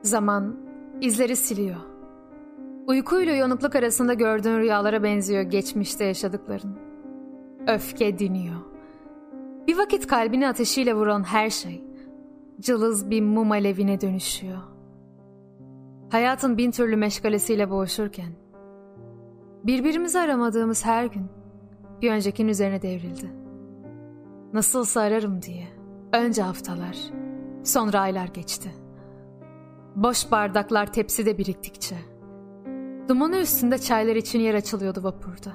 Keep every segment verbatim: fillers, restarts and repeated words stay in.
Zaman izleri siliyor. Uykuyla uyanıklık arasında gördüğün rüyalara benziyor geçmişte yaşadıkların. Öfke diniyor. Bir vakit kalbini ateşiyle vuran her şey cılız bir mum alevine dönüşüyor. Hayatın bin türlü meşgalesiyle boğuşurken birbirimizi aramadığımız her gün bir öncekinin üzerine devrildi. Nasılsa ararım diye önce haftalar, sonra aylar geçti. Boş bardaklar tepside biriktikçe dumanı üstünde çaylar için yer açılıyordu vapurda.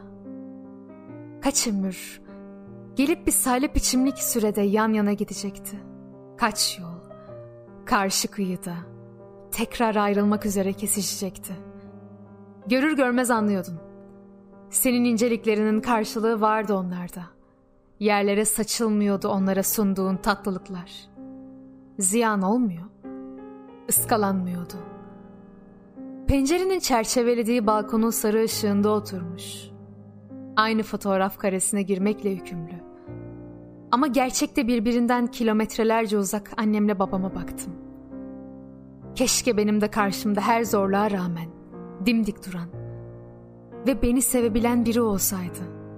Kaç ömür gelip bir salep içimlik sürede yan yana gidecekti. Kaç yol karşı kıyıda tekrar ayrılmak üzere kesişecekti. Görür görmez anlıyordun. Senin inceliklerinin karşılığı vardı onlarda. Yerlere saçılmıyordu onlara sunduğun tatlılıklar. Ziyan olmuyor, ıskalanmıyordu. Pencerenin çerçevelediği balkonun sarı ışığında oturmuş. Aynı fotoğraf karesine girmekle yükümlü. Ama gerçekte birbirinden kilometrelerce uzak annemle babama baktım. Keşke benim de karşımda her zorluğa rağmen dimdik duran ve beni sevebilen biri olsaydı.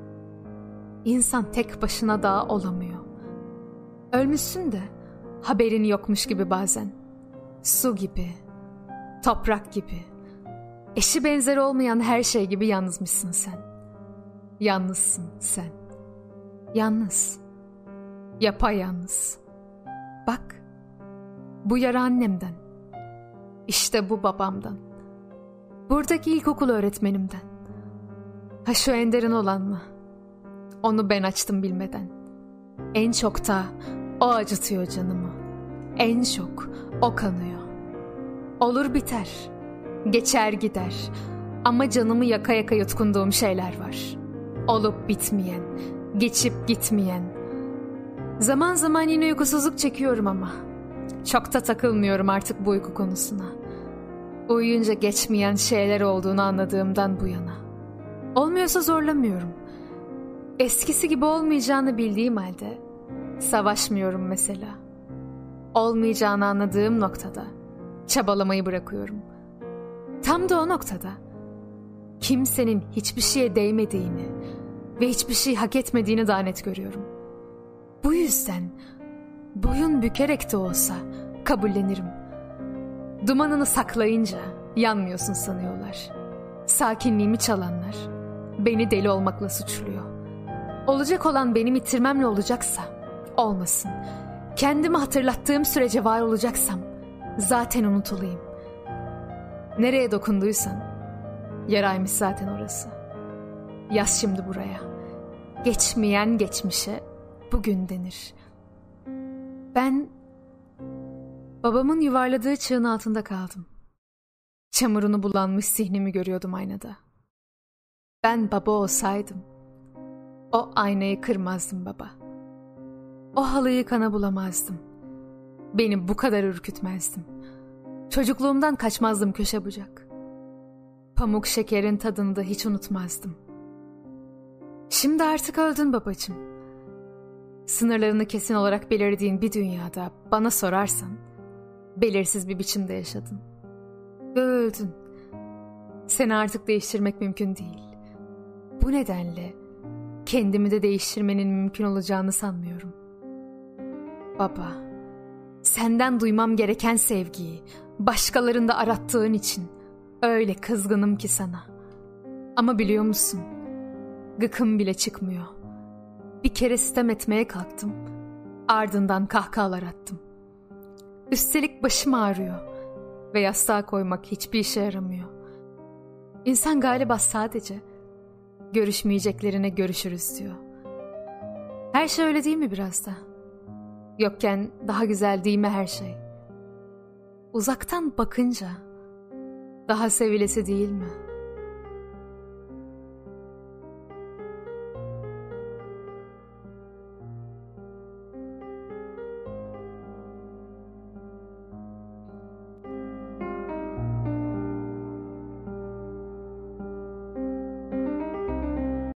İnsan tek başına daha olamıyor. Ölmüşsün de haberin yokmuş gibi bazen. Su gibi, toprak gibi, eşi benzeri olmayan her şey gibi yalnızmışsın sen. Yalnızsın sen. Yalnız. Yapayalnız. Bak, bu yara annemden. İşte bu babamdan. Buradaki ilkokul öğretmenimden. Ha şu Ender'in olan mı? Onu ben açtım bilmeden. En çok da o acıtıyor canımı. En çok o kanıyor. Olur biter. Geçer gider. Ama canımı yaka yaka yutkunduğum şeyler var. Olup bitmeyen, geçip gitmeyen. Zaman zaman yine uykusuzluk çekiyorum ama çok da takılmıyorum artık bu uyku konusuna. Uyuyunca geçmeyen şeyler olduğunu anladığımdan bu yana. Olmuyorsa zorlamıyorum. Eskisi gibi olmayacağını bildiğim halde savaşmıyorum mesela. Olmayacağını anladığım noktada çabalamayı bırakıyorum. Tam da o noktada kimsenin hiçbir şeye değmediğini ve hiçbir şey hak etmediğini daha net görüyorum. Bu yüzden boyun bükerek de olsa kabullenirim. Dumanını saklayınca yanmıyorsun sanıyorlar. Sakinliğimi çalanlar beni deli olmakla suçluyor. Olacak olan benim itirmemle olacaksa olmasın. Kendimi hatırlattığım sürece var olacaksam zaten unutulayım. Nereye dokunduysan yaraymış zaten orası. Yaz şimdi buraya. Geçmeyen geçmişe bugün denir. Ben babamın yuvarladığı çığın altında kaldım. Çamurunu bulanmış zihnimi görüyordum aynada. Ben baba olsaydım o aynayı kırmazdım baba. O halıyı kana bulamazdım. Beni bu kadar ürkütmezdim. Çocukluğumdan kaçmazdım köşe bucak. Pamuk şekerin tadını da hiç unutmazdım. Şimdi artık öldün babacığım. Sınırlarını kesin olarak belirlediğin bir dünyada bana sorarsan belirsiz bir biçimde yaşadın. Ve öldün. Seni artık değiştirmek mümkün değil. Bu nedenle kendimi de değiştirmenin mümkün olacağını sanmıyorum. Baba, senden duymam gereken sevgiyi başkalarında arattığın için öyle kızgınım ki sana. Ama biliyor musun? Gıkım bile çıkmıyor. Bir kere sitem etmeye kalktım. Ardından kahkahalar attım. Üstelik başım ağrıyor ve yastığa koymak hiçbir işe yaramıyor. İnsan galiba sadece görüşmeyeceklerine görüşürüz diyor. Her şey öyle değil mi biraz da? Yokken daha güzel değil mi her şey? Uzaktan bakınca daha sevilesi değil mi?